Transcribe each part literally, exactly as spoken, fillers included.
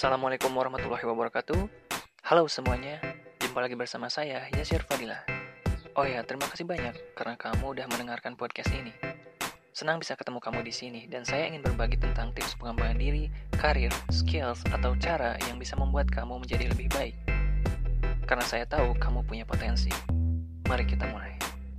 Assalamualaikum warahmatullahi wabarakatuh. Halo semuanya, jumpa lagi bersama saya, Yasir Fadila. Oh ya, terima kasih banyak karena kamu udah mendengarkan podcast ini. Senang bisa ketemu kamu di sini dan saya ingin berbagi tentang tips pengembangan diri, karir, skills, atau cara yang bisa membuat kamu menjadi lebih baik. Karena saya tahu kamu punya potensi. Mari kita mulai.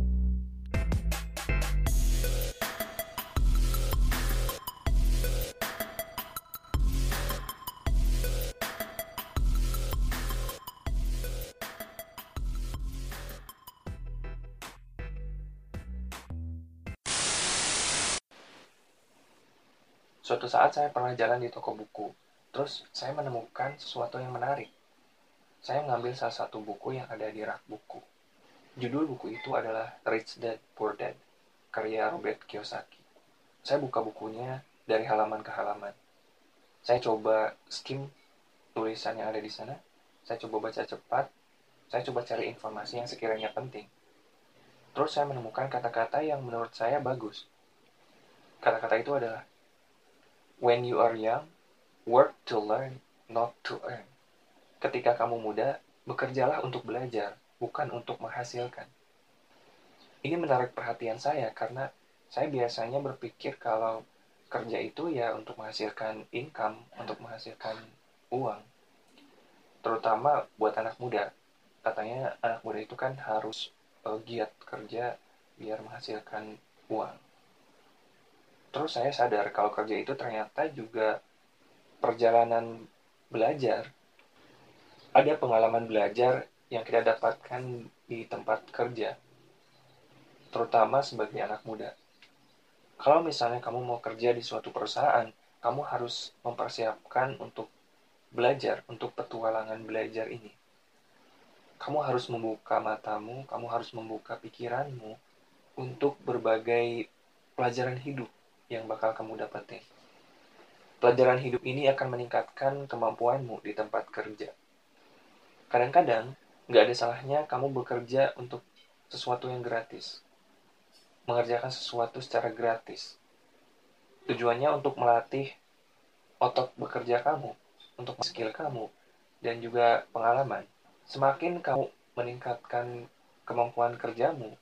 Suatu saat saya pernah jalan di toko buku, terus saya menemukan sesuatu yang menarik. Saya mengambil salah satu buku yang ada di rak buku. Judul buku itu adalah Rich Dad Poor Dad, karya Robert Kiyosaki. Saya buka bukunya dari halaman ke halaman. Saya coba skim tulisan yang ada di sana. Saya coba baca cepat. Saya coba cari informasi yang sekiranya penting. Terus saya menemukan kata-kata yang menurut saya bagus. Kata-kata itu adalah, when you are young, work to learn, not to earn. Ketika kamu muda, bekerjalah untuk belajar, bukan untuk menghasilkan. Ini menarik perhatian saya karena saya biasanya berpikir kalau kerja itu ya untuk menghasilkan income, untuk menghasilkan uang. Terutama buat anak muda. Katanya anak muda itu kan harus uh, giat kerja biar menghasilkan uang. Terus saya sadar kalau kerja itu ternyata juga perjalanan belajar. Ada pengalaman belajar yang kita dapatkan di tempat kerja, terutama sebagai anak muda. Kalau misalnya kamu mau kerja di suatu perusahaan, kamu harus mempersiapkan untuk belajar, untuk petualangan belajar ini. Kamu harus membuka matamu, kamu harus membuka pikiranmu untuk berbagai pelajaran hidup yang bakal kamu dapetin. Pelajaran hidup ini akan meningkatkan kemampuanmu di tempat kerja. Kadang-kadang, nggak ada salahnya kamu bekerja untuk sesuatu yang gratis. Mengerjakan sesuatu secara gratis. Tujuannya untuk melatih otot bekerja kamu, untuk skill kamu, dan juga pengalaman. Semakin kamu meningkatkan kemampuan kerjamu,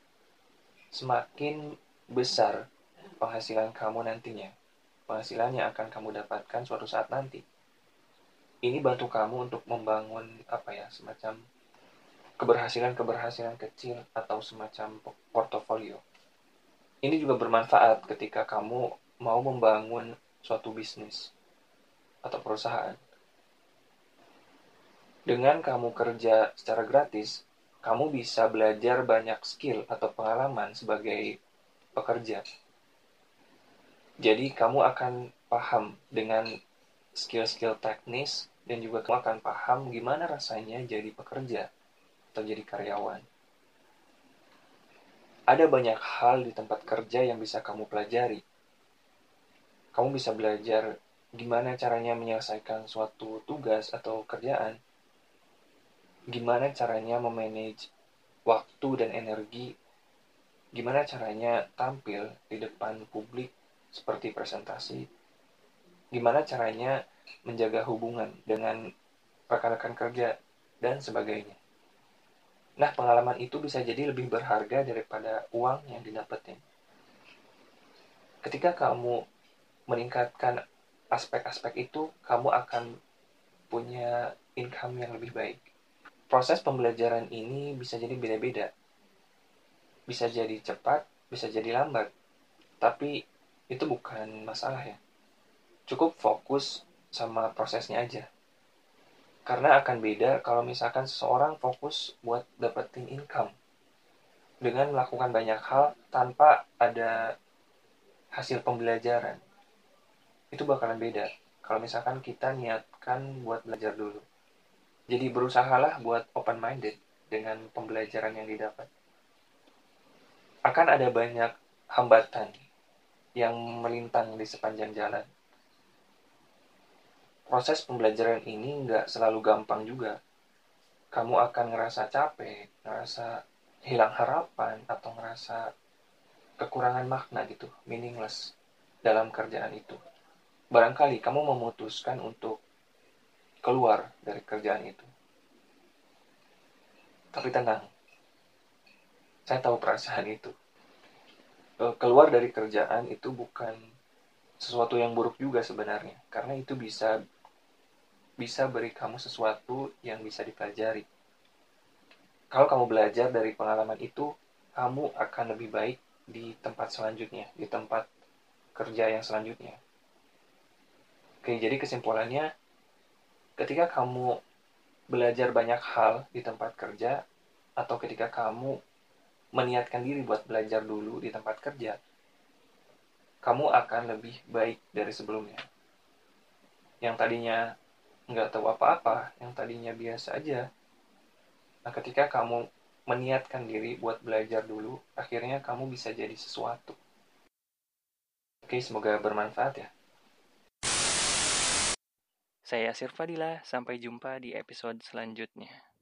semakin besar penghasilan kamu nantinya. Penghasilan yang akan kamu dapatkan suatu saat nanti. Ini bantu kamu untuk membangun apa ya, semacam keberhasilan-keberhasilan kecil atau semacam portofolio. Ini juga bermanfaat ketika kamu mau membangun suatu bisnis atau perusahaan. Dengan kamu kerja secara gratis, kamu bisa belajar banyak skill atau pengalaman sebagai pekerja. Jadi kamu akan paham dengan skill-skill teknis dan juga kamu akan paham gimana rasanya jadi pekerja atau jadi karyawan. Ada banyak hal di tempat kerja yang bisa kamu pelajari. Kamu bisa belajar gimana caranya menyelesaikan suatu tugas atau kerjaan. Gimana caranya memanage waktu dan energi. Gimana caranya tampil di depan publik seperti presentasi. Gimana caranya menjaga hubungan dengan rekan-rekan kerja dan sebagainya. Nah, pengalaman itu bisa jadi lebih berharga daripada uang yang didapetin. Ketika kamu meningkatkan aspek-aspek itu, kamu akan punya income yang lebih baik. Proses pembelajaran ini bisa jadi beda-beda. Bisa jadi cepat, bisa jadi lambat. Tapi itu bukan masalah ya. Cukup fokus sama prosesnya aja. Karena akan beda kalau misalkan seseorang fokus buat dapetin income. Dengan melakukan banyak hal tanpa ada hasil pembelajaran. Itu bakalan beda. Kalau misalkan kita niatkan buat belajar dulu. Jadi berusahalah buat open-minded dengan pembelajaran yang didapat. Akan ada banyak hambatan yang melintang di sepanjang jalan. Proses pembelajaran ini nggak selalu gampang juga. Kamu akan ngerasa capek, ngerasa hilang harapan, atau ngerasa kekurangan makna gitu, meaningless dalam kerjaan itu. Barangkali kamu memutuskan untuk keluar dari kerjaan itu. Tapi tenang, saya tahu perasaan itu. Keluar dari kerjaan itu bukan sesuatu yang buruk juga sebenarnya, karena itu bisa bisa beri kamu sesuatu yang bisa dipelajari. Kalau kamu belajar dari pengalaman itu, kamu akan lebih baik di tempat selanjutnya, di tempat kerja yang selanjutnya. Oke, jadi kesimpulannya, ketika kamu belajar banyak hal di tempat kerja, atau ketika kamu meniatkan diri buat belajar dulu di tempat kerja, kamu akan lebih baik dari sebelumnya. Yang tadinya nggak tahu apa-apa, yang tadinya biasa aja. Nah, ketika kamu meniatkan diri buat belajar dulu, akhirnya kamu bisa jadi sesuatu. Oke, semoga bermanfaat ya. Saya Yasir Fadila, sampai jumpa di episode selanjutnya.